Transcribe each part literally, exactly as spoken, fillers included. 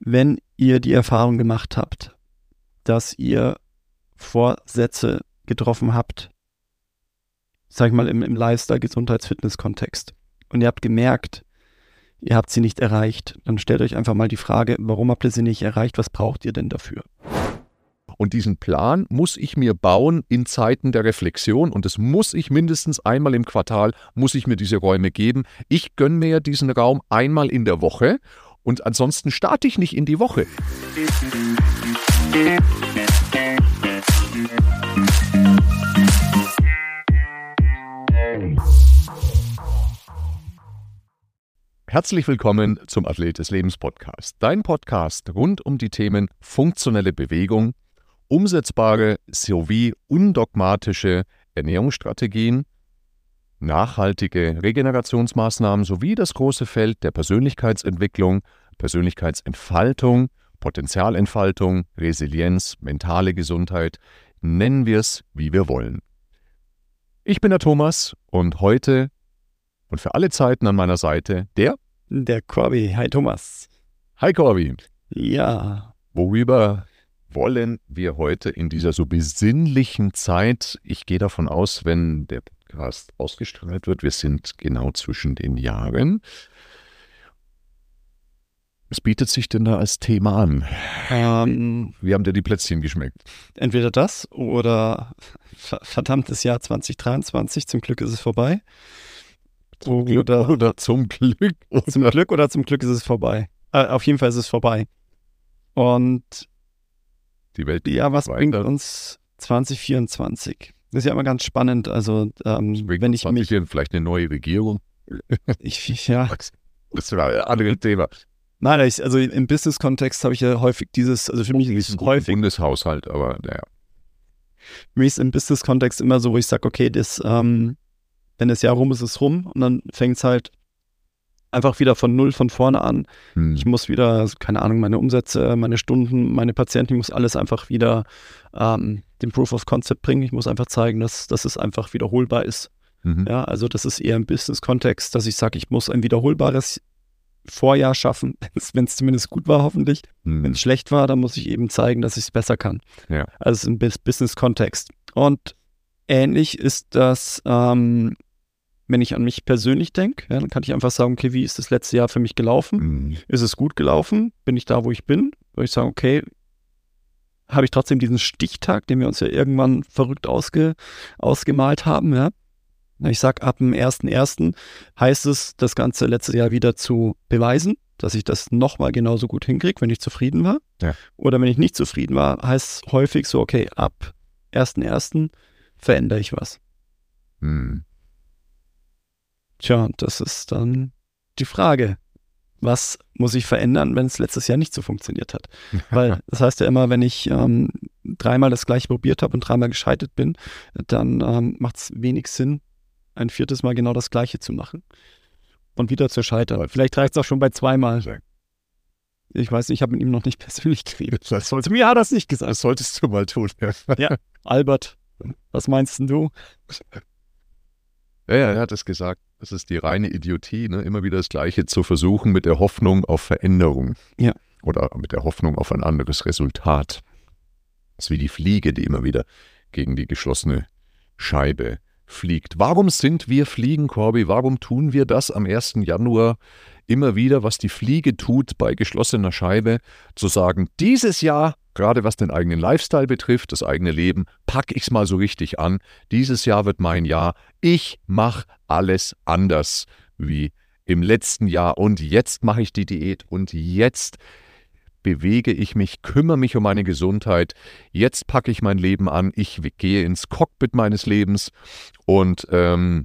wenn ihr die Erfahrung gemacht habt, dass ihr Vorsätze getroffen habt, sag ich mal im, im Lifestyle-, Gesundheits-, Fitness-Kontext und ihr habt gemerkt, ihr habt sie nicht erreicht, dann stellt euch einfach mal die Frage, warum habt ihr sie nicht erreicht, was braucht ihr denn dafür? Und diesen Plan muss ich mir bauen in Zeiten der Reflexion und das muss ich mindestens einmal im Quartal, muss ich mir diese Räume geben. Ich gönne mir diesen Raum einmal in der Woche und ansonsten starte ich nicht in die Woche. Herzlich willkommen zum Athlet des Lebens Podcast, dein Podcast rund um die Themen funktionelle Bewegung, umsetzbare sowie undogmatische Ernährungsstrategien, nachhaltige Regenerationsmaßnahmen sowie das große Feld der Persönlichkeitsentwicklung, Persönlichkeitsentfaltung, Potenzialentfaltung, Resilienz, mentale Gesundheit, nennen wir es, wie wir wollen. Ich bin der Thomas und heute und für alle Zeiten an meiner Seite der Der Corby. Hi Thomas. Hi Corby. Ja. Worüber wollen wir heute in dieser so besinnlichen Zeit, ich gehe davon aus, wenn der Podcast ausgestrahlt wird, wir sind genau zwischen den Jahren. Was bietet sich denn da als Thema an? Ähm, Wie haben dir die Plätzchen geschmeckt? entweder das oder ver- verdammtes Jahr zwanzig dreiundzwanzig, zum Glück ist es vorbei. Oder Oder zum Glück. zum Glück oder zum Glück ist es vorbei. Äh, auf jeden Fall ist es vorbei. Und Die Welt ja, was weiter. bringt uns zwanzig vierundzwanzig? Das ist ja immer ganz spannend. Also ähm, bringt wenn ich zwanzig mich, hier vielleicht eine neue Regierung. ich, ja, Das war ein anderes Thema. nein, ich, also im Business-Kontext habe ich ja häufig dieses, also für mich ist es häufig, Bundeshaushalt, aber naja. für mich ist im Business-Kontext immer so, wo ich sage, okay, das, ähm, wenn das Jahr rum ist, ist es rum und dann fängt es halt einfach wieder von null von vorne an. Hm. Ich muss wieder, also keine Ahnung, meine Umsätze, meine Stunden, meine Patienten, ich muss alles einfach wieder ähm, den Proof of Concept bringen. Ich muss einfach zeigen, dass, dass es einfach wiederholbar ist. Mhm. Ja, also das ist eher im Business-Kontext, dass ich sage, ich muss ein wiederholbares Vorjahr schaffen, wenn es zumindest gut war, hoffentlich. Hm. Wenn es schlecht war, dann muss ich eben zeigen, dass ich es besser kann. Ja. Also im Bus- Business-Kontext. Und ähnlich ist das, ähm, wenn ich an mich persönlich denke, ja, dann kann ich einfach sagen, okay, wie ist das letzte Jahr für mich gelaufen? Hm. Ist es gut gelaufen? Bin ich da, wo ich bin? Würde ich sagen, okay, habe ich trotzdem diesen Stichtag, den wir uns ja irgendwann verrückt ausge, ausgemalt haben, ja? Ich sage, ab dem ersten ersten heißt es, das ganze letzte Jahr wieder zu beweisen, dass ich das nochmal genauso gut hinkriege, wenn ich zufrieden war. Ja. Oder wenn ich nicht zufrieden war, heißt es häufig so, okay, ab ersten ersten verändere ich was. Hm. Tja, das ist dann die Frage. Was muss ich verändern, wenn es letztes Jahr nicht so funktioniert hat? Weil das heißt ja immer, wenn ich ähm, dreimal das gleiche probiert habe und dreimal gescheitert bin, dann ähm, macht es wenig Sinn, ein viertes Mal genau das Gleiche zu machen und wieder zu scheitern. Vielleicht reicht es auch schon bei zweimal. Ich weiß nicht, ich habe mit ihm noch nicht persönlich geredet. Das, sollte, Zu mir hat er es nicht gesagt. das solltest du mal tun. Ja. Ja, Albert, was meinst denn du? Ja, ja, er hat es gesagt. Das ist die reine Idiotie, ne? Immer wieder das Gleiche zu versuchen mit der Hoffnung auf Veränderung. Ja. Oder mit der Hoffnung auf ein anderes Resultat. Das ist wie die Fliege, die immer wieder gegen die geschlossene Scheibe fliegt. Warum sind wir Fliegen, Corby? Warum tun wir das am ersten Januar immer wieder, was die Fliege tut bei geschlossener Scheibe, zu sagen, dieses Jahr, gerade was den eigenen Lifestyle betrifft, das eigene Leben, packe ich es mal so richtig an. Dieses Jahr wird mein Jahr. Ich mache alles anders wie im letzten Jahr und jetzt mache ich die Diät und jetzt bewege ich mich, kümmere mich um meine Gesundheit. Jetzt packe ich mein Leben an. Ich gehe ins Cockpit meines Lebens und ähm,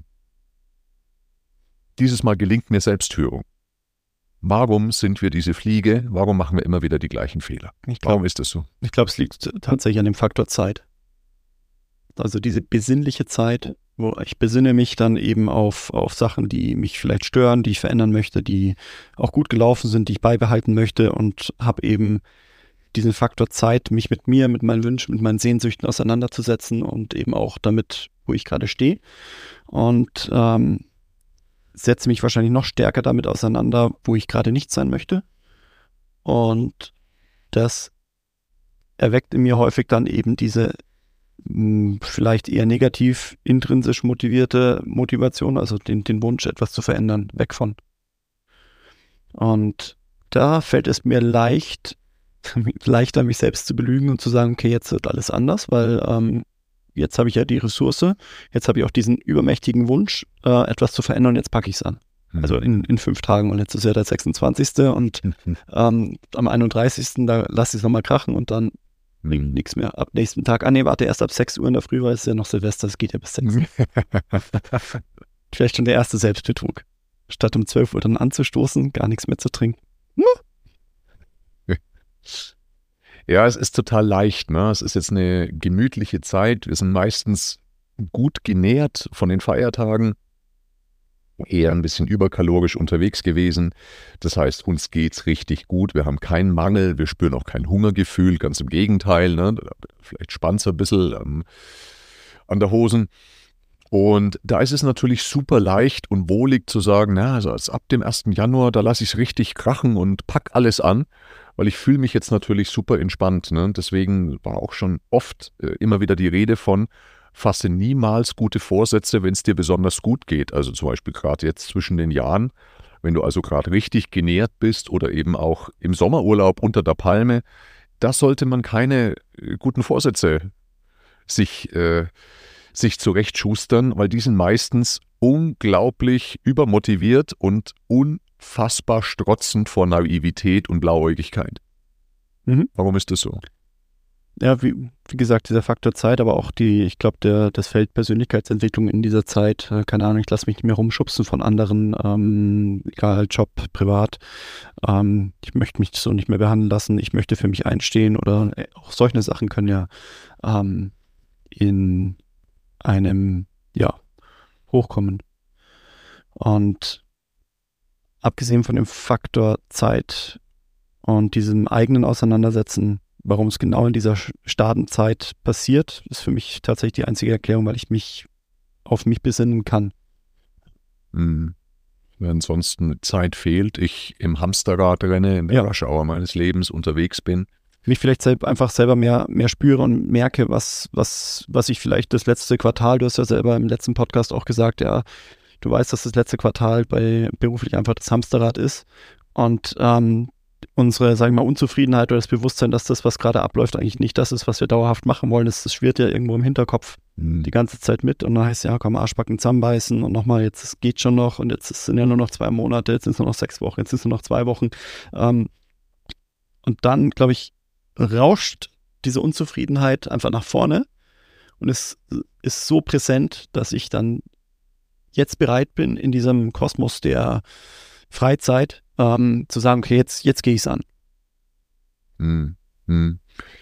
dieses Mal gelingt mir Selbstführung. Warum sind wir diese Fliege? Warum machen wir immer wieder die gleichen Fehler? Ich glaube, Warum ist das so? ich glaube, es liegt tatsächlich an dem Faktor Zeit. Also diese besinnliche Zeit, wo ich besinne mich dann eben auf, auf Sachen, die mich vielleicht stören, die ich verändern möchte, die auch gut gelaufen sind, die ich beibehalten möchte und habe eben diesen Faktor Zeit, mich mit mir, mit meinen Wünschen, mit meinen Sehnsüchten auseinanderzusetzen und eben auch damit, wo ich gerade stehe. Und ähm, setze mich wahrscheinlich noch stärker damit auseinander, wo ich gerade nicht sein möchte. Und das erweckt in mir häufig dann eben diese mh, vielleicht eher negativ intrinsisch motivierte Motivation, also den, den Wunsch, etwas zu verändern, weg von. Und da fällt es mir leicht, leichter, mich selbst zu belügen und zu sagen, okay, jetzt wird alles anders, weil ähm, jetzt habe ich ja die Ressource, jetzt habe ich auch diesen übermächtigen Wunsch, äh, etwas zu verändern, jetzt packe ich es an. Mhm. Also in, in fünf Tagen und jetzt ist ja der sechsundzwanzigste und mhm. ähm, am einunddreißigsten da lasse ich es nochmal krachen und dann mhm. nichts mehr. Ab nächsten Tag, ah nee, warte, erst ab sechs Uhr in der Früh, weil es ist ja noch Silvester, es geht ja bis sechs. Vielleicht schon der erste Selbstbetrug. Statt um zwölf Uhr dann anzustoßen, gar nichts mehr zu trinken. Hm? Ja, es ist total leicht, ne? Es ist jetzt eine gemütliche Zeit. Wir sind meistens gut genährt von den Feiertagen, eher ein bisschen überkalorisch unterwegs gewesen. Das heißt, uns geht's richtig gut. Wir haben keinen Mangel, wir spüren auch kein Hungergefühl, ganz im Gegenteil, ne? Vielleicht spannt es ein bisschen ähm, an der Hosen. Und da ist es natürlich super leicht und wohlig zu sagen, na, also ab dem ersten Januar, da lasse ich es richtig krachen und pack alles an, weil ich fühle mich jetzt natürlich super entspannt. Ne? Deswegen war auch schon oft äh, immer wieder die Rede von, fasse niemals gute Vorsätze, wenn es dir besonders gut geht. Also zum Beispiel gerade jetzt zwischen den Jahren, wenn du also gerade richtig genährt bist oder eben auch im Sommerurlaub unter der Palme, da sollte man keine äh, guten Vorsätze sich äh, sich zurechtschustern, weil die sind meistens unglaublich übermotiviert und unfassbar strotzend vor Naivität und Blauäugigkeit. Mhm. Warum ist das so? Ja, wie, wie gesagt, dieser Faktor Zeit, aber auch die, ich glaube, der das Feld Persönlichkeitsentwicklung in dieser Zeit, äh, keine Ahnung, ich lasse mich nicht mehr rumschubsen von anderen, ähm, egal, Job, privat. Ähm, ich möchte mich so nicht mehr behandeln lassen, ich möchte für mich einstehen oder äh, auch solche Sachen können ja ähm, in einem, ja, hochkommen. Und abgesehen von dem Faktor Zeit und diesem eigenen Auseinandersetzen, warum es genau in dieser Startenzeit passiert, ist für mich tatsächlich die einzige Erklärung, weil ich mich auf mich besinnen kann. Mhm. Wenn ansonsten Zeit fehlt, ich im Hamsterrad renne, in der ja. Rush Hour meines Lebens unterwegs bin, mich vielleicht selb, einfach selber mehr, mehr spüre und merke, was, was, was ich vielleicht das letzte Quartal, du hast ja selber im letzten Podcast auch gesagt, ja, du weißt, dass das letzte Quartal bei beruflich einfach das Hamsterrad ist und ähm, unsere, sag ich mal, Unzufriedenheit oder das Bewusstsein, dass das, was gerade abläuft, eigentlich nicht das ist, was wir dauerhaft machen wollen, das, das schwirrt ja irgendwo im Hinterkopf mhm. die ganze Zeit mit und dann heißt ja, komm, Arschbacken zusammenbeißen und nochmal, jetzt es geht schon noch und jetzt sind ja nur noch zwei Monate, jetzt sind es nur noch sechs Wochen, jetzt sind es nur noch zwei Wochen ähm, und dann, glaube ich, rauscht diese Unzufriedenheit einfach nach vorne und es ist so präsent, dass ich dann jetzt bereit bin, in diesem Kosmos der Freizeit ähm, zu sagen, okay, jetzt, jetzt gehe ich es an. Hm, hm.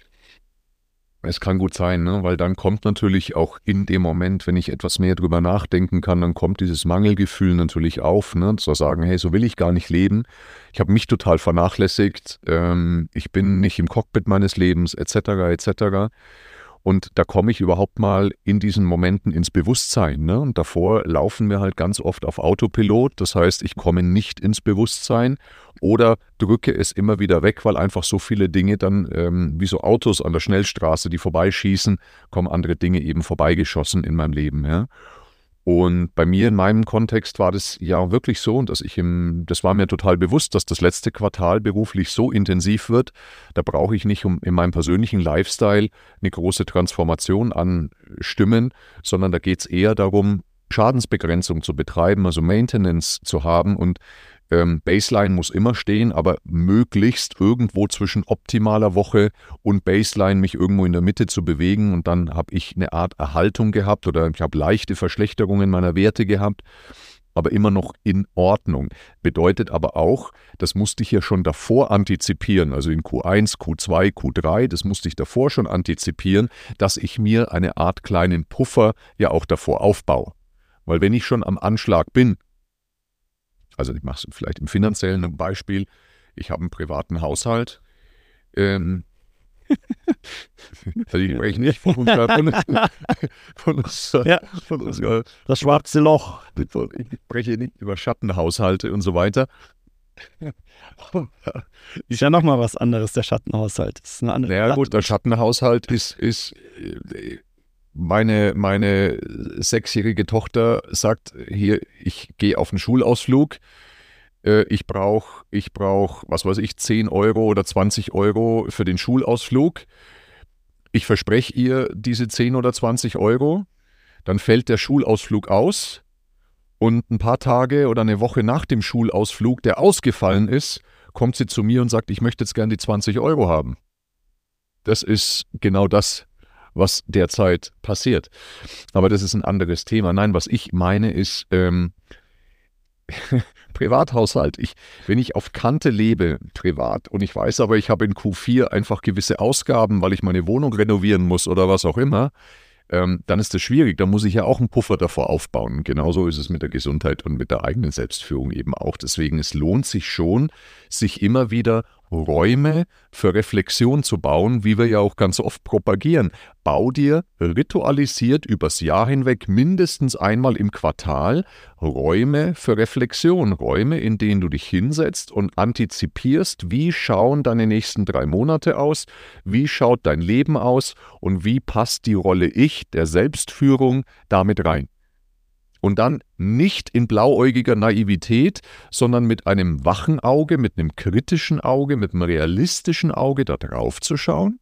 Es kann gut sein, ne? Weil dann kommt natürlich auch in dem Moment, wenn ich etwas mehr drüber nachdenken kann, dann kommt dieses Mangelgefühl natürlich auf, ne? Zu sagen, hey, so will ich gar nicht leben. Ich habe mich total vernachlässigt, ähm, ich bin nicht im Cockpit meines Lebens, et cetera et cetera. Und da komme ich überhaupt mal in diesen Momenten ins Bewusstsein, ne? Und davor laufen wir halt ganz oft auf Autopilot. Das heißt, ich komme nicht ins Bewusstsein oder drücke es immer wieder weg, weil einfach so viele Dinge dann, ähm, wie so Autos an der Schnellstraße, die vorbeischießen, kommen andere Dinge eben vorbeigeschossen in meinem Leben, ja. Und bei mir in meinem Kontext war das ja wirklich so, dass ich im, das war mir total bewusst, dass das letzte Quartal beruflich so intensiv wird, da brauche ich nicht um in meinem persönlichen Lifestyle eine große Transformation anstimmen, sondern da geht es eher darum, Schadensbegrenzung zu betreiben, also Maintenance zu haben und ähm, Baseline muss immer stehen, aber möglichst irgendwo zwischen optimaler Woche und Baseline mich irgendwo in der Mitte zu bewegen und dann habe ich eine Art Erhaltung gehabt oder ich habe leichte Verschlechterungen meiner Werte gehabt, aber immer noch in Ordnung. Bedeutet aber auch, das musste ich ja schon davor antizipieren, also in Q eins, Q zwei, Q drei, das musste ich davor schon antizipieren, dass ich mir eine Art kleinen Puffer ja auch davor aufbaue. Weil wenn ich schon am Anschlag bin, also ich mache es vielleicht im finanziellen Beispiel, ich habe einen privaten Haushalt, ähm, also ich spreche nicht von uns, von uns, ja, von uns das schwarze Loch. Ich spreche nicht über Schattenhaushalte und so weiter. Ist ja nochmal was anderes, der Schattenhaushalt. Das ist eine andere Naja gut, der Schattenhaushalt ist, ist meine, meine sechsjährige Tochter sagt, hier, ich gehe auf einen Schulausflug, ich brauche, ich brauch, was weiß ich, zehn Euro oder zwanzig Euro für den Schulausflug. Ich verspreche ihr diese zehn oder zwanzig Euro, dann fällt der Schulausflug aus und ein paar Tage oder eine Woche nach dem Schulausflug, der ausgefallen ist, kommt sie zu mir und sagt, ich möchte jetzt gern die zwanzig Euro haben. Das ist genau das, was derzeit passiert. Aber das ist ein anderes Thema. Nein, was ich meine ist, ähm, Privathaushalt. Ich, wenn ich auf Kante lebe, privat, und ich weiß aber, ich habe in Q vier einfach gewisse Ausgaben, weil ich meine Wohnung renovieren muss oder was auch immer, ähm, dann ist das schwierig. Da muss ich ja auch einen Puffer davor aufbauen. Genauso ist es mit der Gesundheit und mit der eigenen Selbstführung eben auch. Deswegen, es lohnt sich schon, sich immer wieder Räume für Reflexion zu bauen, wie wir ja auch ganz oft propagieren. Bau dir ritualisiert übers Jahr hinweg mindestens einmal im Quartal Räume für Reflexion, Räume, in denen du dich hinsetzt und antizipierst, wie schauen deine nächsten drei Monate aus, wie schaut dein Leben aus und wie passt die Rolle Ich der Selbstführung damit rein. Und dann nicht in blauäugiger Naivität, sondern mit einem wachen Auge, mit einem kritischen Auge, mit einem realistischen Auge da drauf zu schauen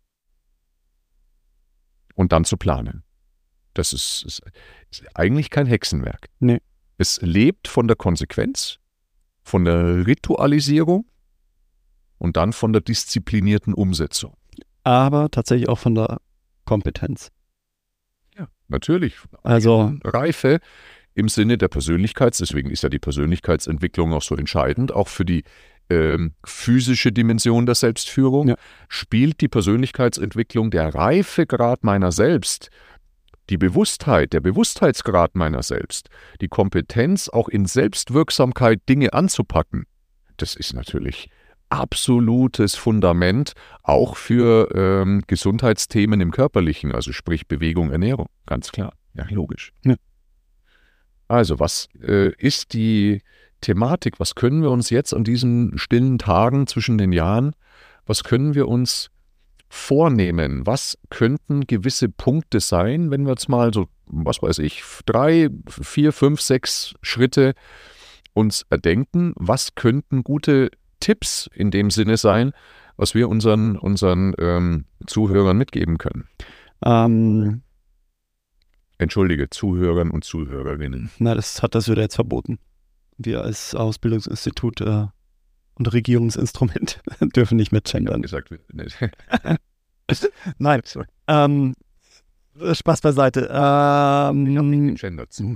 und dann zu planen. Das ist, ist, ist eigentlich kein Hexenwerk. Nee. Es lebt von der Konsequenz, von der Ritualisierung und dann von der disziplinierten Umsetzung. Aber tatsächlich auch von der Kompetenz. Ja, natürlich. Also Reife im Sinne der Persönlichkeits, deswegen ist ja die Persönlichkeitsentwicklung auch so entscheidend, auch für die ähm, physische Dimension der Selbstführung, ja. Spielt die Persönlichkeitsentwicklung, der Reifegrad meiner selbst, die Bewusstheit, der Bewusstheitsgrad meiner selbst, die Kompetenz, auch in Selbstwirksamkeit Dinge anzupacken, das ist natürlich absolutes Fundament, auch für ähm, Gesundheitsthemen im Körperlichen, also sprich Bewegung, Ernährung, ganz klar, ja logisch. Ja. Also, was äh, ist die Thematik? Was können wir uns jetzt an diesen stillen Tagen zwischen den Jahren, was können wir uns vornehmen? Was könnten gewisse Punkte sein, wenn wir jetzt mal so, was weiß ich, drei, vier, fünf, sechs Schritte uns erdenken? Was könnten gute Tipps in dem Sinne sein, was wir unseren, unseren ähm, Zuhörern mitgeben können? Ähm, Entschuldige, Zuhörern und Zuhörerinnen. Na, das hat das wieder jetzt verboten. Wir als Ausbildungsinstitut äh, und Regierungsinstrument dürfen nicht mit gendern. Gesagt, nee. Nein, ähm, Spaß beiseite. Ähm, Gender zu.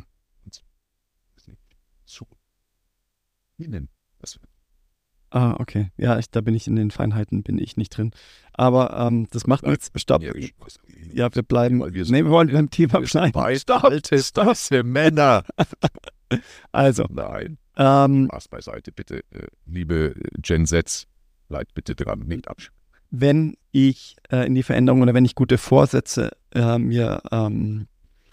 Zu. Ihnen. Was? Ah, okay. Ja, ich, da bin ich in den Feinheiten, bin ich nicht drin. Aber ähm, das macht nichts. Stopp. Ja, wir bleiben. Wir nee, wir wollen beim Thema bleiben. Stopp. Alte, weiße Männer. Also. Nein. Ähm, Spaß beiseite, bitte. Äh, liebe Gen Z, bleibt bitte dran, nicht abschieben. Wenn ich äh, in die Veränderung oder wenn ich gute Vorsätze äh, mir ähm,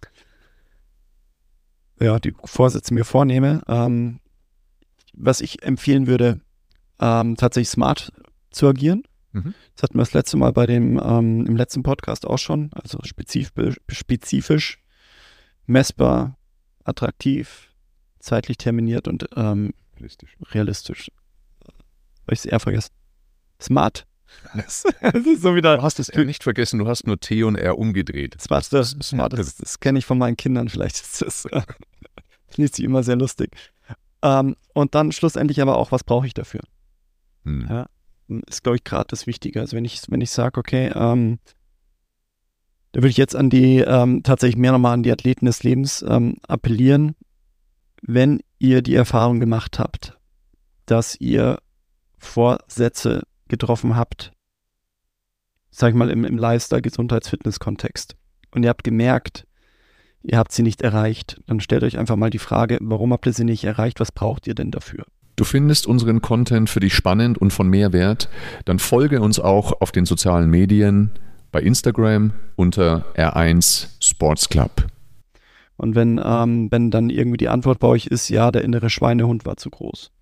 ja, die Vorsätze mir vornehme, ähm, was ich empfehlen würde, ähm, tatsächlich smart zu agieren. Mhm. Das hatten wir das letzte Mal bei dem ähm, im letzten Podcast auch schon. Also spezifisch, spezifisch messbar, attraktiv, zeitlich terminiert und ähm, realistisch. realistisch. Habe ich es eher vergessen. Smart. Das, das ist so wieder. Du hast es eher nicht vergessen, du hast nur T und R umgedreht. Smart, das, Smart, das, das kenne ich von meinen Kindern. Vielleicht ist das äh, nicht immer sehr lustig. Ähm, und dann schlussendlich aber auch, was brauche ich dafür? Hm. Ja, ist, glaube ich, gerade das Wichtige. Also wenn ich, wenn ich sage, okay, ähm, da würde ich jetzt an die, ähm, tatsächlich mehr nochmal an die Athleten des Lebens ähm, appellieren, wenn ihr die Erfahrung gemacht habt, dass ihr Vorsätze getroffen habt, sag ich mal im, im Lifestyle-, Gesundheits-, Fitness-Kontext und ihr habt gemerkt, ihr habt sie nicht erreicht, dann stellt euch einfach mal die Frage, warum habt ihr sie nicht erreicht, was braucht ihr denn dafür? Du findest unseren Content für dich spannend und von Mehrwert, dann folge uns auch auf den sozialen Medien, bei Instagram unter R eins Sports Club. Und wenn, ähm, wenn dann irgendwie die Antwort bei euch ist, ja, der innere Schweinehund war zu groß.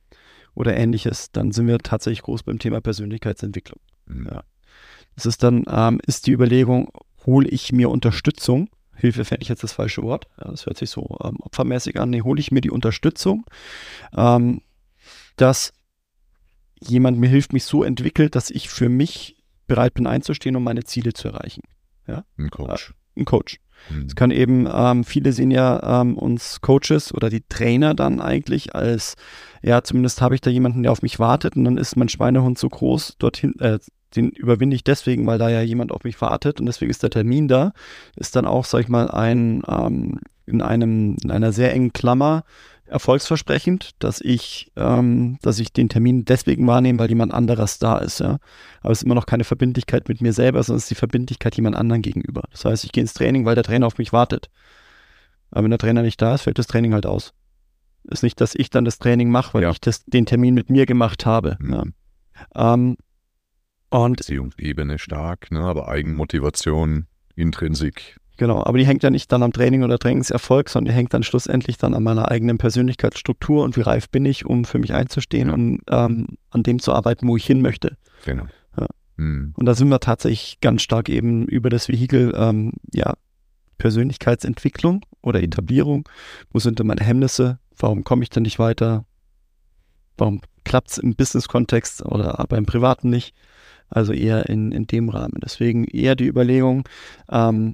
oder ähnliches, dann sind wir tatsächlich groß beim Thema Persönlichkeitsentwicklung. Mhm. Ja. Das ist dann, ähm, ist die Überlegung, hole ich mir Unterstützung? Hilfe fände ich jetzt das falsche Wort. Ja, das hört sich so ähm, opfermäßig an. Nee, hole ich mir die Unterstützung, ähm, dass jemand mir hilft, mich so entwickelt, dass ich für mich bereit bin einzustehen, um meine Ziele zu erreichen. Ja? Ein Coach. Äh, ein Coach. Mhm. Es kann eben, ähm, viele sehen ja ähm, uns Coaches oder die Trainer dann eigentlich als, ja, zumindest habe ich da jemanden, der auf mich wartet und dann ist mein Schweinehund so groß, dorthin, äh, den überwinde ich deswegen, weil da ja jemand auf mich wartet und deswegen ist der Termin da, ist dann auch, sag ich mal, ein, ähm, in einem, in einer sehr engen Klammer erfolgsversprechend, dass ich, ähm, dass ich den Termin deswegen wahrnehme, weil jemand anderes da ist, ja. Aber es ist immer noch keine Verbindlichkeit mit mir selber, sondern es ist die Verbindlichkeit jemand anderen gegenüber. Das heißt, ich gehe ins Training, weil der Trainer auf mich wartet. Aber wenn der Trainer nicht da ist, fällt das Training halt aus. Ist nicht, dass ich dann das Training mache, weil Ja. ich das, den Termin mit mir gemacht habe. Mhm. Ja. Ähm, und Beziehungsebene stark, ne? Aber Eigenmotivation, Intrinsik. Genau, aber die hängt ja nicht dann am Training oder Trainingserfolg, sondern die hängt dann schlussendlich dann an meiner eigenen Persönlichkeitsstruktur und wie reif bin ich, um für mich einzustehen Ja. und ähm, an dem zu arbeiten, wo ich hin möchte. Genau. Ja. Mhm. Und da sind wir tatsächlich ganz stark eben über das Vehikel, ähm, ja, Persönlichkeitsentwicklung oder Etablierung. Wo sind denn meine Hemmnisse? Warum komme ich denn nicht weiter? Warum klappt es im Business-Kontext oder aber im Privaten nicht? Also eher in, in dem Rahmen. Deswegen eher die Überlegung, ähm,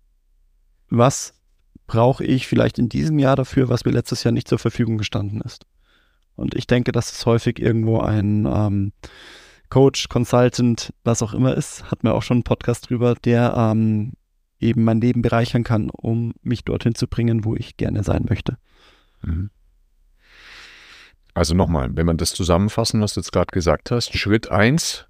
was brauche ich vielleicht in diesem Jahr dafür, was mir letztes Jahr nicht zur Verfügung gestanden ist. Und ich denke, dass es häufig irgendwo ein ähm, Coach, Consultant, was auch immer ist, hat mir auch schon einen Podcast drüber, der ähm, eben mein Leben bereichern kann, um mich dorthin zu bringen, wo ich gerne sein möchte. Mhm. Also nochmal, wenn man das zusammenfassen, was du jetzt gerade gesagt hast, Schritt eins,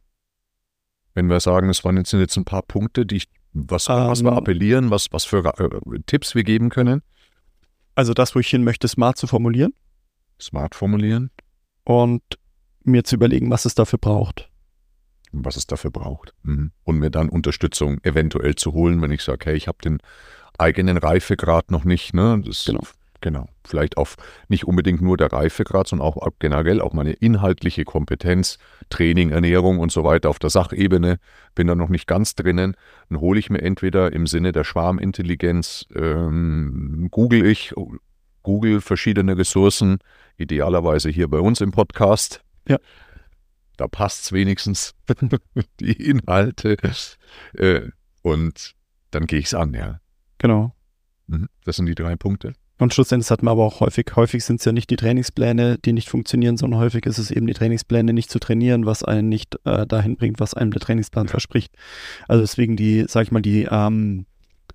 wenn wir sagen, es waren jetzt, sind jetzt ein paar Punkte, die ich, was, Ähm, was wir appellieren, was, was für äh, Tipps wir geben können. Also das, wo ich hin möchte, smart zu formulieren Smart formulieren, und mir zu überlegen, was es dafür braucht. was es dafür braucht. Mhm. Und mir dann Unterstützung eventuell zu holen, wenn ich sage, hey, ich habe den eigenen Reifegrad noch nicht. Ne? Das, Genau. Genau. Vielleicht auf nicht unbedingt nur der Reifegrad, sondern auch generell auch meine inhaltliche Kompetenz, Training, Ernährung und so weiter auf der Sachebene, bin da noch nicht ganz drinnen. Dann hole ich mir entweder im Sinne der Schwarmintelligenz, ähm, google ich, google verschiedene Ressourcen, idealerweise hier bei uns im Podcast. Ja. Da passt es wenigstens, die Inhalte. Äh, und dann gehe ich es an, ja. Genau. Mhm. Das sind die drei Punkte. Und schlussendlich hat man aber auch häufig, häufig sind es ja nicht die Trainingspläne, die nicht funktionieren, sondern häufig ist es eben die Trainingspläne nicht zu trainieren, was einen nicht äh, dahin bringt, was einem der Trainingsplan Ja. verspricht. Also deswegen die, sag ich mal, die ähm,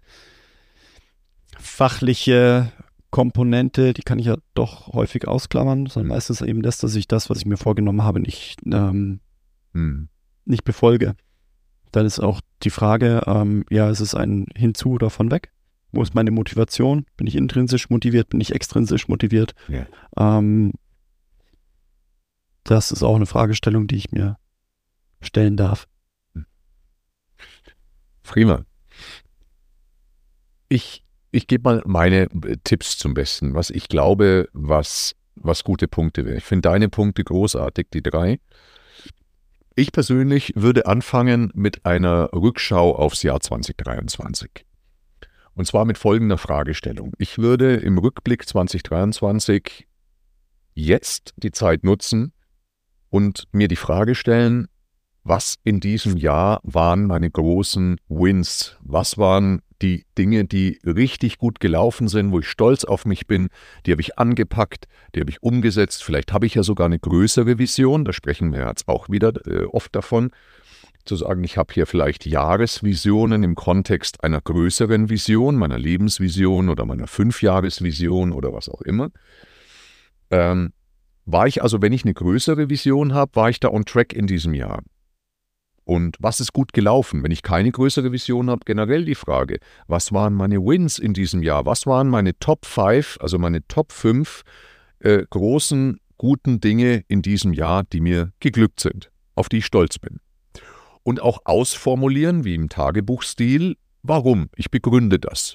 fachliche Komponente, die kann ich ja doch häufig ausklammern, sondern Mhm. meistens eben das, dass ich das, was ich mir vorgenommen habe, nicht, ähm, Mhm. nicht befolge. Dann ist auch die Frage, ähm, ja, ist es ein Hinzu oder von weg? Wo ist meine Motivation? Bin ich intrinsisch motiviert? Bin ich extrinsisch motiviert? Ja. Ähm, das ist auch eine Fragestellung, die ich mir stellen darf. Prima. Ich, ich gebe mal meine äh, Tipps zum Besten, was ich glaube, was, was gute Punkte wären. Ich finde deine Punkte großartig, die drei. Ich persönlich würde anfangen mit einer Rückschau aufs Jahr zwanzig dreiundzwanzig. Und zwar mit folgender Fragestellung. Ich würde im Rückblick zwanzig dreiundzwanzig jetzt die Zeit nutzen und mir die Frage stellen, was in diesem Jahr waren meine großen Wins? Was waren die Dinge, die richtig gut gelaufen sind, wo ich stolz auf mich bin? Die habe ich angepackt, die habe ich umgesetzt. Vielleicht habe ich ja sogar eine größere Vision, da sprechen wir jetzt auch wieder äh, oft davon, zu sagen, ich habe hier vielleicht Jahresvisionen im Kontext einer größeren Vision, meiner Lebensvision oder meiner Fünfjahresvision oder was auch immer. Ähm, war ich also, wenn ich eine größere Vision habe, war ich da on track in diesem Jahr? Und was ist gut gelaufen? Wenn ich keine größere Vision habe, generell die Frage, was waren meine Wins in diesem Jahr? Was waren meine Top fünf, also meine Top fünf äh, großen, guten Dinge in diesem Jahr, die mir geglückt sind, auf die ich stolz bin? Und auch ausformulieren, wie im Tagebuchstil, warum? Ich begründe das.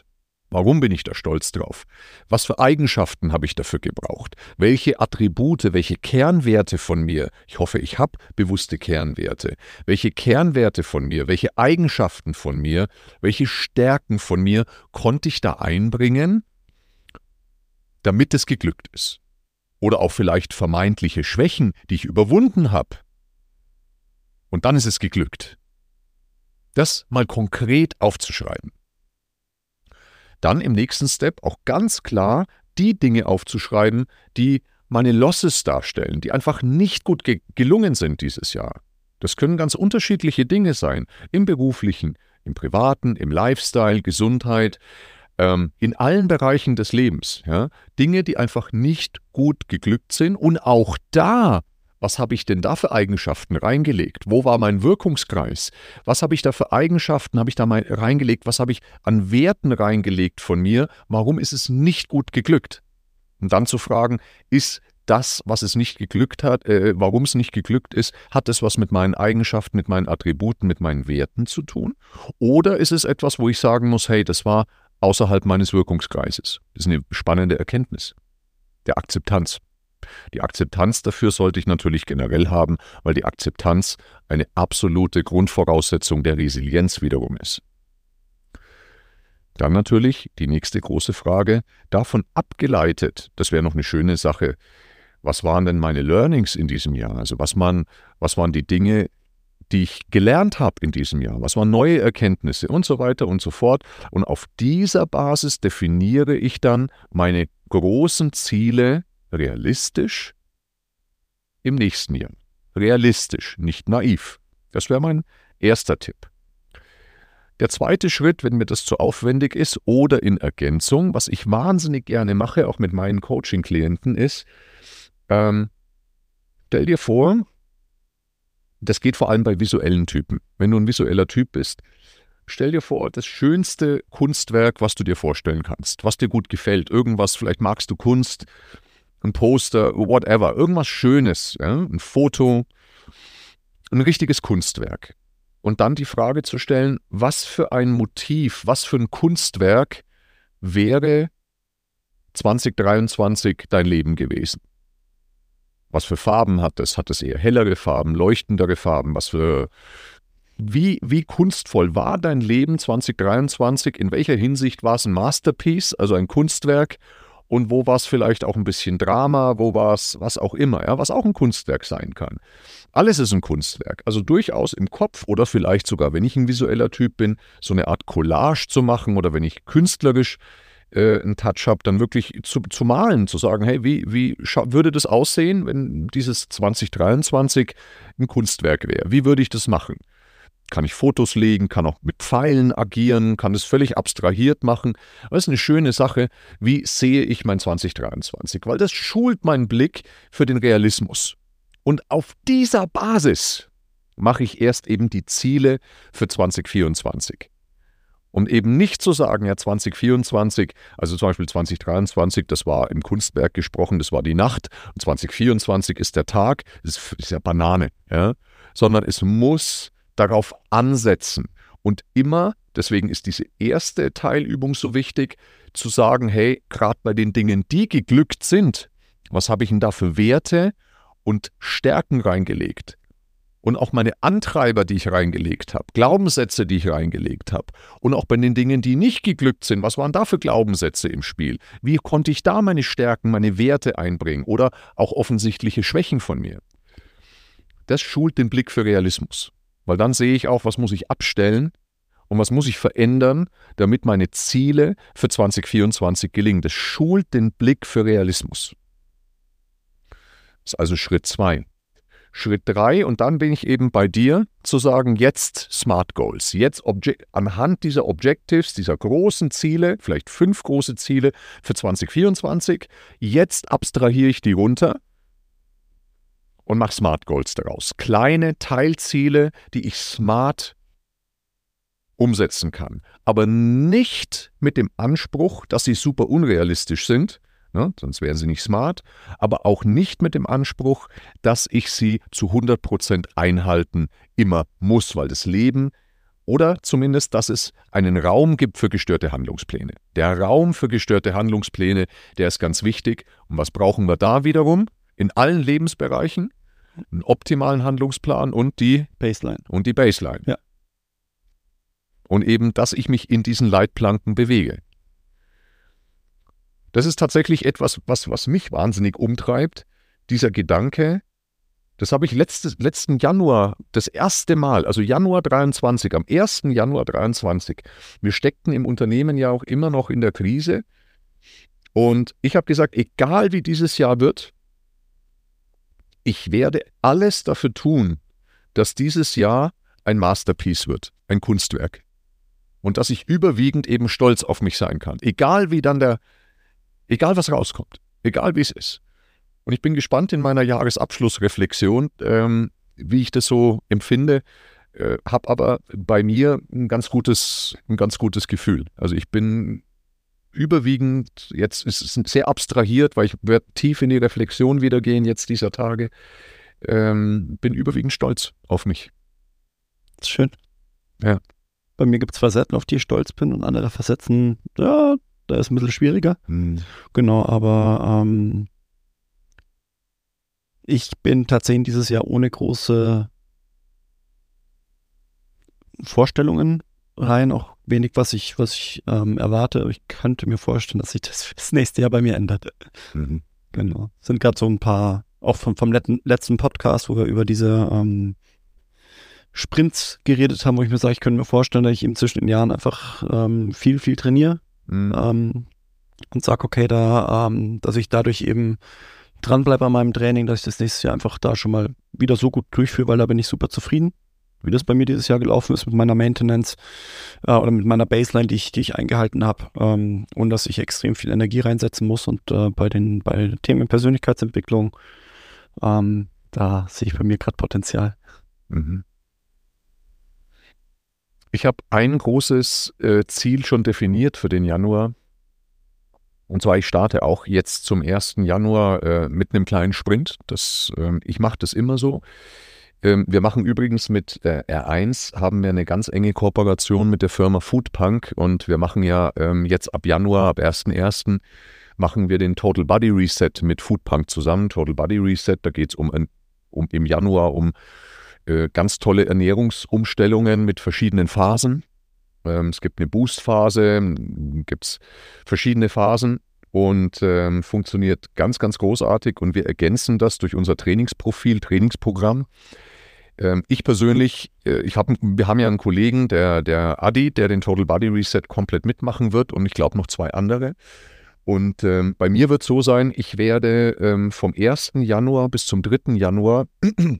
Warum bin ich da stolz drauf? Was für Eigenschaften habe ich dafür gebraucht? Welche Attribute, welche Kernwerte von mir, ich hoffe, ich habe bewusste Kernwerte, welche Kernwerte von mir, welche Eigenschaften von mir, welche Stärken von mir konnte ich da einbringen, damit es geglückt ist? Oder auch vielleicht vermeintliche Schwächen, die ich überwunden habe. Und dann ist es geglückt. Das mal konkret aufzuschreiben. Dann im nächsten Step auch ganz klar die Dinge aufzuschreiben, die meine Losses darstellen, die einfach nicht gut ge- gelungen sind dieses Jahr. Das können ganz unterschiedliche Dinge sein, im beruflichen, im privaten, im Lifestyle, Gesundheit, ähm, in allen Bereichen des Lebens. Ja? Dinge, die einfach nicht gut geglückt sind und auch da, was habe ich denn da für Eigenschaften reingelegt? Wo war mein Wirkungskreis? Was habe ich da für Eigenschaften habe ich da mal reingelegt? Was habe ich an Werten reingelegt von mir? Warum ist es nicht gut geglückt? Und dann zu fragen, ist das, was es nicht geglückt hat, äh, warum es nicht geglückt ist, hat es was mit meinen Eigenschaften, mit meinen Attributen, mit meinen Werten zu tun? Oder ist es etwas, wo ich sagen muss, hey, das war außerhalb meines Wirkungskreises? Das ist eine spannende Erkenntnis der Akzeptanz. Die Akzeptanz dafür sollte ich natürlich generell haben, weil die Akzeptanz eine absolute Grundvoraussetzung der Resilienz wiederum ist. Dann natürlich die nächste große Frage, davon abgeleitet, das wäre noch eine schöne Sache, was waren denn meine Learnings in diesem Jahr? Also was waren, was waren die Dinge, die ich gelernt habe in diesem Jahr? Was waren neue Erkenntnisse und so weiter und so fort? Und auf dieser Basis definiere ich dann meine großen Ziele realistisch im nächsten Jahr. Realistisch, nicht naiv. Das wäre mein erster Tipp. Der zweite Schritt, wenn mir das zu aufwendig ist oder in Ergänzung, was ich wahnsinnig gerne mache, auch mit meinen Coaching-Klienten, ist, ähm, stell dir vor, das geht vor allem bei visuellen Typen. Wenn du ein visueller Typ bist, stell dir vor, das schönste Kunstwerk, was du dir vorstellen kannst, was dir gut gefällt, irgendwas, vielleicht magst du Kunst, ein Poster, whatever, irgendwas Schönes, ja? Ein Foto, ein richtiges Kunstwerk. Und dann die Frage zu stellen, was für ein Motiv, was für ein Kunstwerk wäre zwanzig dreiundzwanzig dein Leben gewesen? Was für Farben hat es? Hat es eher hellere Farben, leuchtendere Farben? Was für, wie, wie kunstvoll war dein Leben zwanzig dreiundzwanzig? In welcher Hinsicht war es ein Masterpiece, also ein Kunstwerk? Und wo war es vielleicht auch ein bisschen Drama, wo war es was auch immer, ja, was auch ein Kunstwerk sein kann. Alles ist ein Kunstwerk, also durchaus im Kopf oder vielleicht sogar, wenn ich ein visueller Typ bin, so eine Art Collage zu machen oder wenn ich künstlerisch äh, einen Touch habe, dann wirklich zu, zu malen, zu sagen, hey, wie, wie würde das aussehen, wenn dieses zwanzig dreiundzwanzig ein Kunstwerk wäre? Wie würde ich das machen? Kann ich Fotos legen, kann auch mit Pfeilen agieren, kann es völlig abstrahiert machen. Das ist eine schöne Sache, wie sehe ich mein zwanzig dreiundzwanzig, weil das schult meinen Blick für den Realismus. Und auf dieser Basis mache ich erst eben die Ziele für zwanzig vierundzwanzig. Und eben nicht zu sagen, ja zwanzig vierundzwanzig, also zum Beispiel zwanzig dreiundzwanzig, das war im Kunstwerk gesprochen, das war die Nacht, und zwanzig vierundzwanzig ist der Tag, das ist, ist ja Banane, ja? Sondern es muss darauf ansetzen und immer, deswegen ist diese erste Teilübung so wichtig, zu sagen, hey, gerade bei den Dingen, die geglückt sind, was habe ich denn da für Werte und Stärken reingelegt? Und auch meine Antreiber, die ich reingelegt habe, Glaubenssätze, die ich reingelegt habe. Und auch bei den Dingen, die nicht geglückt sind, was waren da für Glaubenssätze im Spiel? Wie konnte ich da meine Stärken, meine Werte einbringen oder auch offensichtliche Schwächen von mir? Das schult den Blick für Realismus. Weil dann sehe ich auch, was muss ich abstellen und was muss ich verändern, damit meine Ziele für zwanzig vierundzwanzig gelingen. Das schult den Blick für Realismus. Das ist also Schritt zwei. Schritt drei, und dann bin ich eben bei dir, zu sagen, jetzt Smart Goals. Jetzt Obje- anhand dieser Objectives, dieser großen Ziele, vielleicht fünf große Ziele für zwanzig vierundzwanzig, jetzt abstrahiere ich die runter und mache Smart Goals daraus. Kleine Teilziele, die ich smart umsetzen kann. Aber nicht mit dem Anspruch, dass sie super unrealistisch sind, ne, sonst wären sie nicht smart, aber auch nicht mit dem Anspruch, dass ich sie zu hundert Prozent einhalten immer muss, weil das Leben Oder zumindest, dass es einen Raum gibt für gestörte Handlungspläne. Der Raum für gestörte Handlungspläne, der ist ganz wichtig. Und was brauchen wir da wiederum? In allen Lebensbereichen einen optimalen Handlungsplan und die Baseline. Und die Baseline. Ja. Und eben, dass ich mich in diesen Leitplanken bewege. Das ist tatsächlich etwas, was, was mich wahnsinnig umtreibt. Dieser Gedanke, das habe ich letztes, letzten Januar, das erste Mal, also Januar dreiundzwanzig, am ersten Januar dreiundzwanzig. Wir steckten im Unternehmen ja auch immer noch in der Krise. Und ich habe gesagt, egal wie dieses Jahr wird, ich werde alles dafür tun, dass dieses Jahr ein Masterpiece wird, ein Kunstwerk. Und dass ich überwiegend eben stolz auf mich sein kann. Egal wie dann der, egal was rauskommt, egal wie es ist. Und ich bin gespannt in meiner Jahresabschlussreflexion, ähm, wie ich das so empfinde, äh, habe aber bei mir ein ganz gutes, ein ganz gutes Gefühl. Also ich bin überwiegend, jetzt ist es sehr abstrahiert, weil ich werde tief in die Reflexion wieder gehen jetzt dieser Tage, ähm, bin überwiegend stolz auf mich. Das ist schön. Ja. Bei mir gibt es Facetten, auf die ich stolz bin, und andere Facetten, ja, da ist es ein bisschen schwieriger. Hm. Genau, aber ähm, ich bin tatsächlich dieses Jahr ohne große Vorstellungen rein, auch wenig, was ich, was ich ähm, erwarte. Ich könnte mir vorstellen, dass sich das das nächste Jahr bei mir ändert. Mhm. Genau. Sind gerade so ein paar, auch vom, vom letzten, letzten Podcast, wo wir über diese ähm, Sprints geredet haben, wo ich mir sage, ich könnte mir vorstellen, dass ich eben zwischen den Jahren einfach ähm, viel, viel trainiere Mhm. ähm, und sage, okay, da, ähm, dass ich dadurch eben dranbleibe an meinem Training, dass ich das nächste Jahr einfach da schon mal wieder so gut durchführe, weil da bin ich super zufrieden, wie das bei mir dieses Jahr gelaufen ist mit meiner Maintenance äh, oder mit meiner Baseline, die ich, die ich eingehalten habe, ähm, und dass ich extrem viel Energie reinsetzen muss, und äh, bei den bei Themen Persönlichkeitsentwicklung, ähm, da sehe ich bei mir gerade Potenzial. Mhm. Ich habe ein großes äh, Ziel schon definiert für den Januar. Und zwar, ich starte auch jetzt zum ersten Januar äh, mit einem kleinen Sprint. Das, ähm, ich mache das immer so. Ähm, wir machen übrigens mit äh, R eins, haben wir eine ganz enge Kooperation mit der Firma Foodpunk. Und wir machen ja ähm, jetzt ab Januar, ab ersten ersten machen wir den Total Body Reset mit Foodpunk zusammen. Total Body Reset, da geht es um, ein, um im Januar um äh, ganz tolle Ernährungsumstellungen mit verschiedenen Phasen. Ähm, es gibt eine Boost-Phase, gibt es verschiedene Phasen und ähm, funktioniert ganz, ganz großartig, und wir ergänzen das durch unser Trainingsprofil, Trainingsprogramm. Ähm, ich persönlich, äh, ich hab, wir haben ja einen Kollegen, der, der Adi, der den Total Body Reset komplett mitmachen wird, und ich glaube noch zwei andere. Und ähm, bei mir wird es so sein, ich werde ähm, vom ersten Januar bis zum dritten Januar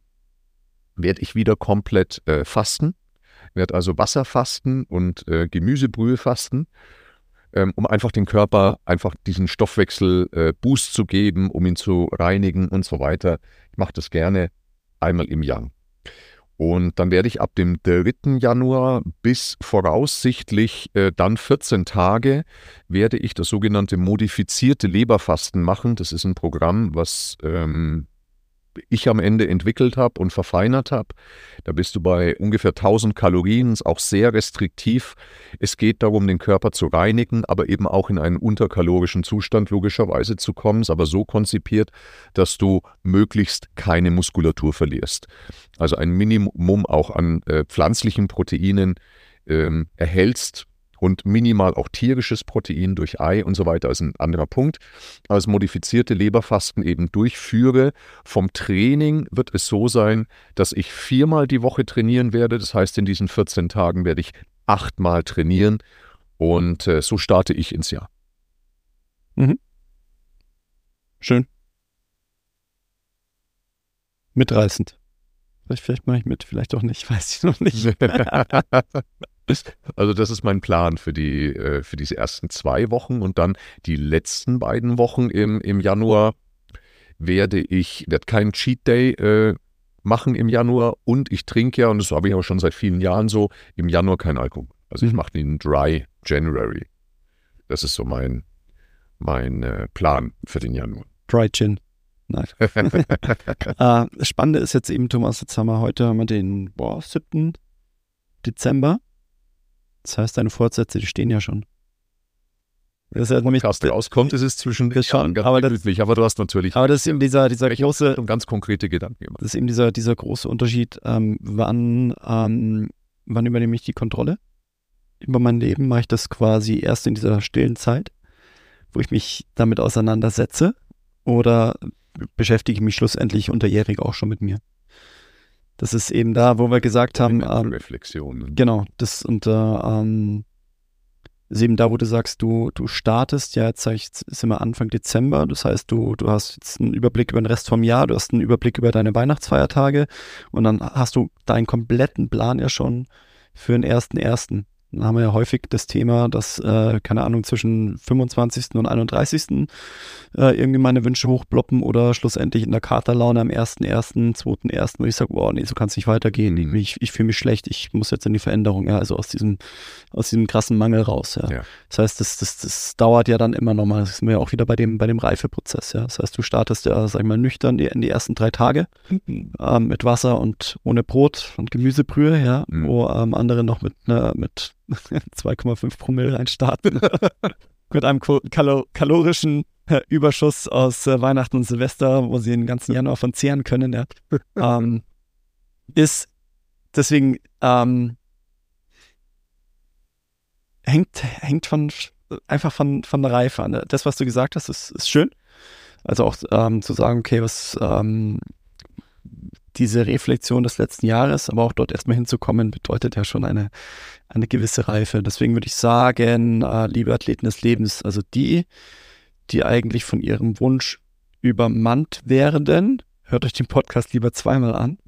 werde ich wieder komplett äh, fasten. Werde also Wasser fasten und äh, Gemüsebrühe fasten, ähm, um einfach den Körper, einfach diesen Stoffwechsel-Boost äh, zu geben, um ihn zu reinigen und so weiter. Ich mache das gerne einmal im Jahr. Und dann werde ich ab dem dritten Januar bis voraussichtlich äh, dann vierzehn Tage, werde ich das sogenannte modifizierte Leberfasten machen. Das ist ein Programm, was ähm, ich am Ende entwickelt habe und verfeinert habe. Da bist du bei ungefähr tausend Kalorien, ist auch sehr restriktiv. Es geht darum, den Körper zu reinigen, aber eben auch in einen unterkalorischen Zustand logischerweise zu kommen. Ist aber so konzipiert, dass du möglichst keine Muskulatur verlierst. Also ein Minimum auch an äh, pflanzlichen Proteinen ähm, erhältst, und minimal auch tierisches Protein durch Ei und so weiter ist ein anderer Punkt. Als modifizierte Leberfasten eben durchführe. Vom Training wird es so sein, dass ich viermal die Woche trainieren werde. Das heißt, in diesen vierzehn Tagen werde ich achtmal trainieren, und äh, so starte ich ins Jahr. Mhm. Schön. Mitreißend. Vielleicht, vielleicht mache ich mit, vielleicht auch nicht, weiß ich noch nicht. Also das ist mein Plan für die äh, für diese ersten zwei Wochen, und dann die letzten beiden Wochen im, im Januar werde ich, werde keinen Cheat Day äh, machen im Januar, und ich trinke ja, und das habe ich auch schon seit vielen Jahren so, im Januar kein Alkohol. Also ich mache den Dry January. Das ist so mein, mein äh, Plan für den Januar. Dry Gin. Nein. äh, das Spannende ist jetzt eben, Thomas, jetzt haben wir heute haben wir den boah, siebten Dezember. Das heißt, deine Fortsätze, die stehen ja schon. Das ist ja nämlich, Podcast rauskommt, ist es zwischen den schon, Jahren ganz aber das- glücklich, aber du hast natürlich aber das ist eben dieser, dieser ich hab große, schon ganz konkrete Gedanken gemacht. das ist eben dieser, dieser große Unterschied, ähm, wann, ähm, wann übernehme ich die Kontrolle über mein Leben? Mache ich das quasi erst in dieser stillen Zeit, wo ich mich damit auseinandersetze, oder beschäftige ich mich schlussendlich unterjährig auch schon mit mir? Das ist eben da, wo wir gesagt haben, ähm, Reflexion. genau, das und äh, ähm, ist eben da, wo du sagst, du, du startest, ja, jetzt sag ich, jetzt sind wir Anfang Dezember, das heißt, du, du hast jetzt einen Überblick über den Rest vom Jahr, du hast einen Überblick über deine Weihnachtsfeiertage und dann hast du deinen kompletten Plan ja schon für den ersten ersten Dann haben wir ja häufig das Thema, dass, äh, keine Ahnung, zwischen fünfundzwanzigsten und einunddreißigsten Äh, irgendwie meine Wünsche hochploppen oder schlussendlich in der Katerlaune am ersten ersten, zweiten ersten, wo ich sage, boah, nee, so kann es nicht weitergehen. Mhm. Ich, ich fühle mich schlecht, ich muss jetzt in die Veränderung, ja, also aus diesem, aus diesem krassen Mangel raus, ja. Ja. Das heißt, das, das, das dauert ja dann immer noch mal, das sind wir ja auch wieder bei dem, bei dem Reifeprozess, ja. Das heißt, du startest ja, sag ich mal, nüchtern die, in die ersten drei Tage ähm, mit Wasser und ohne Brot und Gemüsebrühe, ja, Mhm. wo ähm, andere noch mit, ne, mit zwei Komma fünf Promille reinstarten. Mit einem ko- kalo kalorischen äh, Überschuss aus äh, Weihnachten und Silvester, wo sie den ganzen Januar von zehren können, ja. ähm, ist deswegen ähm, hängt, hängt von einfach von, von der Reife an. Das, was du gesagt hast, ist, ist schön. Also auch ähm, zu sagen, okay, was ähm, diese Reflexion des letzten Jahres, aber auch dort erstmal hinzukommen, bedeutet ja schon eine, eine gewisse Reife. Deswegen würde ich sagen, äh, liebe Athleten des Lebens, also die, die eigentlich von ihrem Wunsch übermannt werden, hört euch den Podcast lieber zweimal an,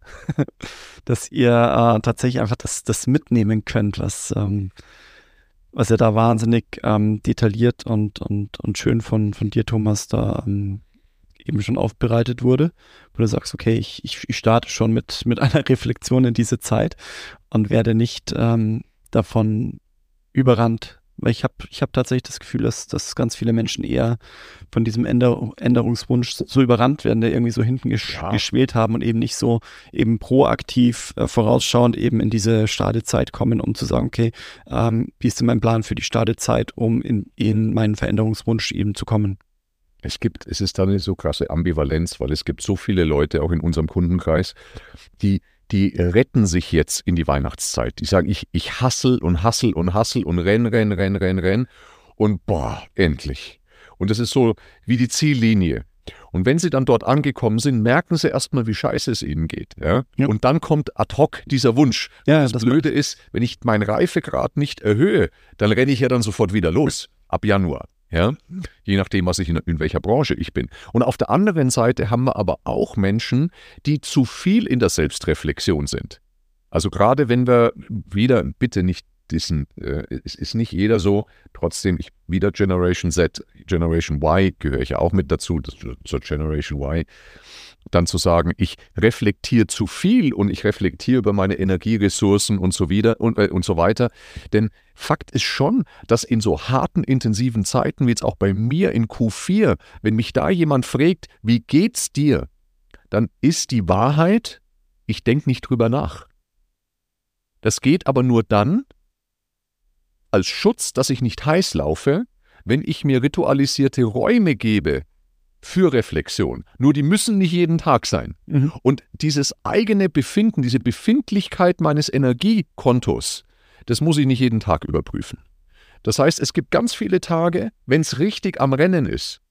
dass ihr äh, tatsächlich einfach das, das mitnehmen könnt, was, ähm, was ja da wahnsinnig ähm, detailliert und, und, und schön von, von dir, Thomas, da ähm, eben schon aufbereitet wurde, wo du sagst, okay, ich, ich, ich starte schon mit, mit einer Reflexion in diese Zeit und werde nicht ähm, davon überrannt. Weil ich habe ich hab tatsächlich das Gefühl, dass, dass ganz viele Menschen eher von diesem Änder Änderungswunsch so überrannt werden, der irgendwie so hinten gesch Ja. geschwelt haben und eben nicht so eben proaktiv, äh, vorausschauend eben in diese Startezeit kommen, um zu sagen, okay, ähm, wie ist denn mein Plan für die Startezeit, um in, in meinen Veränderungswunsch eben zu kommen? Es gibt, es ist da eine so krasse Ambivalenz, weil es gibt so viele Leute, auch in unserem Kundenkreis, die, die retten sich jetzt in die Weihnachtszeit. Die sagen, ich, ich hassel und hassel und hassel und renn, renn, renn, renn, renn und boah, endlich. Und das ist so wie die Ziellinie. Und wenn sie dann dort angekommen sind, merken sie erstmal, wie scheiße es ihnen geht. Ja? Ja. Und dann kommt ad hoc dieser Wunsch. Ja, Das, das Blöde ist, wenn ich meinen Reifegrad nicht erhöhe, dann renne ich ja dann sofort wieder los, ab Januar. Ja? Je nachdem, was ich in, in welcher Branche ich bin. Und auf der anderen Seite haben wir aber auch Menschen, die zu viel in der Selbstreflexion sind. Also gerade wenn wir wieder, bitte nicht dissen, äh, es ist nicht jeder so, trotzdem, ich wieder Generation Z, Generation Y gehöre ich ja auch mit dazu, das, zur Generation Y, dann zu sagen, ich reflektiere zu viel und ich reflektiere über meine Energieressourcen und so wieder und, äh, und so weiter. Denn Fakt ist schon, dass in so harten, intensiven Zeiten, wie jetzt auch bei mir in Q vier, wenn mich da jemand fragt, wie geht's dir, dann ist die Wahrheit, ich denke nicht drüber nach. Das geht aber nur dann, als Schutz, dass ich nicht heiß laufe, wenn ich mir ritualisierte Räume gebe für Reflexion. Nur die müssen nicht jeden Tag sein. Mhm. Und dieses eigene Befinden, diese Befindlichkeit meines Energiekontos, das muss ich nicht jeden Tag überprüfen. Das heißt, es gibt ganz viele Tage, wenn es richtig am Rennen ist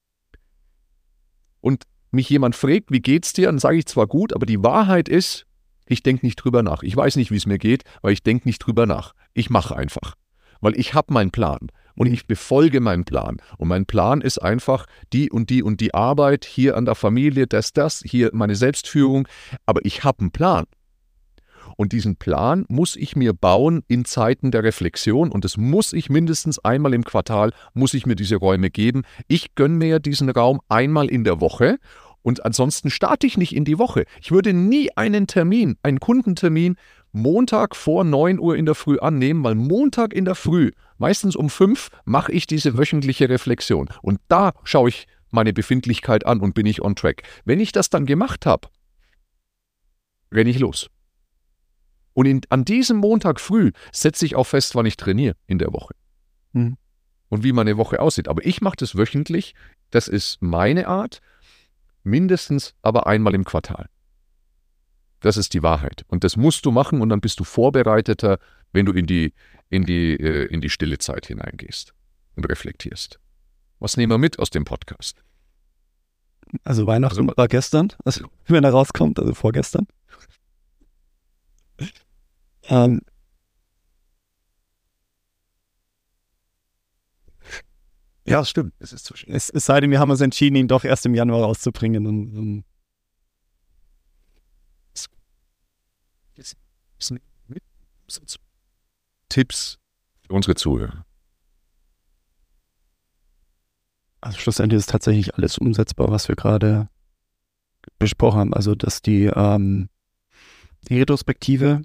und mich jemand fragt, wie geht's dir, dann sage ich zwar gut, aber die Wahrheit ist, ich denke nicht drüber nach. Ich weiß nicht, wie es mir geht, weil ich denke nicht drüber nach. Ich mache einfach, weil ich habe meinen Plan und ich befolge meinen Plan. Und mein Plan ist einfach die und die und die Arbeit, hier an der Familie, das, das, hier meine Selbstführung, aber ich habe einen Plan. Und diesen Plan muss ich mir bauen in Zeiten der Reflexion und das muss ich mindestens einmal im Quartal, muss ich mir diese Räume geben. Ich gönne mir diesen Raum einmal in der Woche und ansonsten starte ich nicht in die Woche. Ich würde nie einen Termin, einen Kundentermin Montag vor neun Uhr in der Früh annehmen, weil Montag in der Früh, meistens um fünf, mache ich diese wöchentliche Reflexion. Und da schaue ich meine Befindlichkeit an und bin ich on track. Wenn ich das dann gemacht habe, renne ich los. Und in, an diesem Montag früh setze ich auch fest, wann ich trainiere in der Woche. Mhm. Und wie meine Woche aussieht. Aber ich mache das wöchentlich. Das ist meine Art. Mindestens aber einmal im Quartal. Das ist die Wahrheit. Und das musst du machen und dann bist du vorbereiteter, wenn du in die, in die, äh, in die stille Zeit hineingehst und reflektierst. Was nehmen wir mit aus dem Podcast? Also Weihnachten Also, war gestern, also wenn er rauskommt, also vorgestern. Ähm, ja, das stimmt. Es, ist zwischen es, es sei denn, wir haben uns entschieden, ihn doch erst im Januar rauszubringen. Und, und Tipps für unsere Zuhörer. Also schlussendlich ist tatsächlich alles umsetzbar, was wir gerade besprochen haben. Also dass die, ähm, die Retrospektive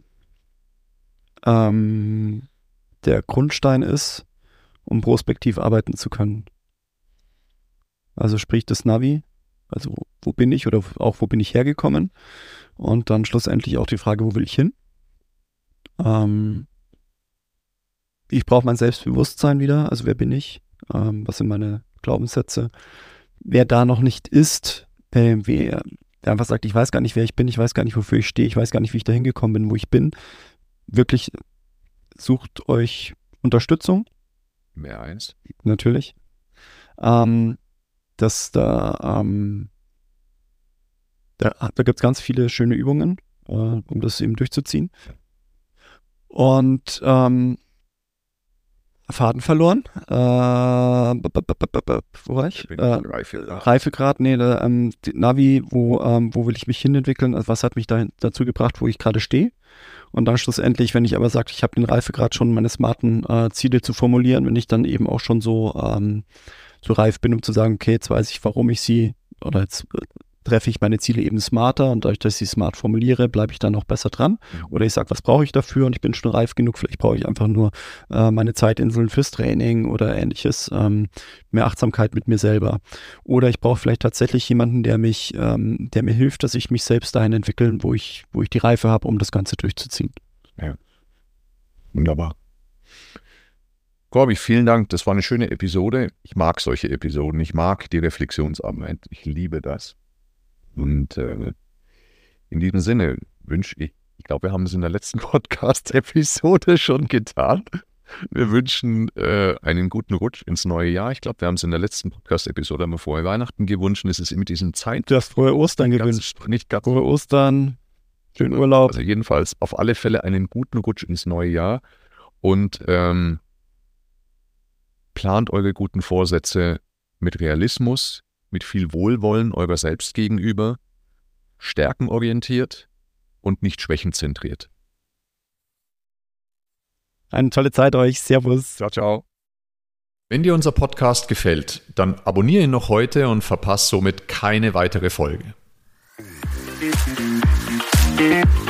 ähm, der Grundstein ist, um prospektiv arbeiten zu können. Also sprich das Navi, also wo, wo bin ich oder auch wo bin ich hergekommen, und dann schlussendlich auch die Frage, wo will ich hin? Ähm, ich brauche mein Selbstbewusstsein wieder, also wer bin ich? Ähm, was sind meine Glaubenssätze? Wer da noch nicht ist, äh, wer, der einfach sagt, ich weiß gar nicht, wer ich bin, ich weiß gar nicht, wofür ich stehe, ich weiß gar nicht, wie ich da hingekommen bin, wo ich bin. Wirklich sucht euch Unterstützung. Mehr eins. Natürlich. Ähm, dass da, ähm, da, da gibt es ganz viele schöne Übungen, äh, um das eben durchzuziehen. Und ähm, Faden verloren. Äh, b- b- b- b- b- wo war ich? Bin Äh, Reifegrad. Reifegrad, nee, der, ähm, die Navi, wo, ähm, wo will ich mich hinentwickeln? Also was hat mich da, dazu gebracht, wo ich gerade stehe? Und dann schlussendlich, wenn ich aber sage, ich habe den Reifegrad schon, meine smarten äh, Ziele zu formulieren, wenn ich dann eben auch schon so, ähm, so reif bin, um zu sagen, okay, jetzt weiß ich, warum ich sie, oder jetzt äh, treffe ich meine Ziele eben smarter, und dadurch, dass ich sie smart formuliere, bleibe ich dann noch besser dran. Oder ich sage, was brauche ich dafür, und ich bin schon reif genug, vielleicht brauche ich einfach nur äh, meine Zeitinseln fürs Training oder ähnliches, ähm, mehr Achtsamkeit mit mir selber. Oder ich brauche vielleicht tatsächlich jemanden, der mich, ähm, der mir hilft, dass ich mich selbst dahin entwickle, wo ich, wo ich die Reife habe, um das Ganze durchzuziehen. Ja. Wunderbar. Corby, vielen Dank. Das war eine schöne Episode. Ich mag solche Episoden. Ich mag die Reflexionsarbeit. Ich liebe das. Und äh, in diesem Sinne wünsche ich, ich glaube, wir haben es in der letzten Podcast-Episode schon getan. Wir wünschen äh, einen guten Rutsch ins neue Jahr. Ich glaube, wir haben es in der letzten Podcast-Episode haben wir vorher Weihnachten gewünscht. Es ist mit diesen Zeit. Du hast frohe Ostern nicht gewünscht. Ganz, nicht ganz. Frohe Ostern, schönen Urlaub. Also jedenfalls auf alle Fälle einen guten Rutsch ins neue Jahr. Und ähm, plant eure guten Vorsätze mit Realismus, mit viel Wohlwollen eurer selbst gegenüber, stärkenorientiert und nicht schwächenzentriert. Eine tolle Zeit euch. Servus. Ciao, ciao. Wenn dir unser Podcast gefällt, dann abonniere ihn noch heute und verpasse somit keine weitere Folge.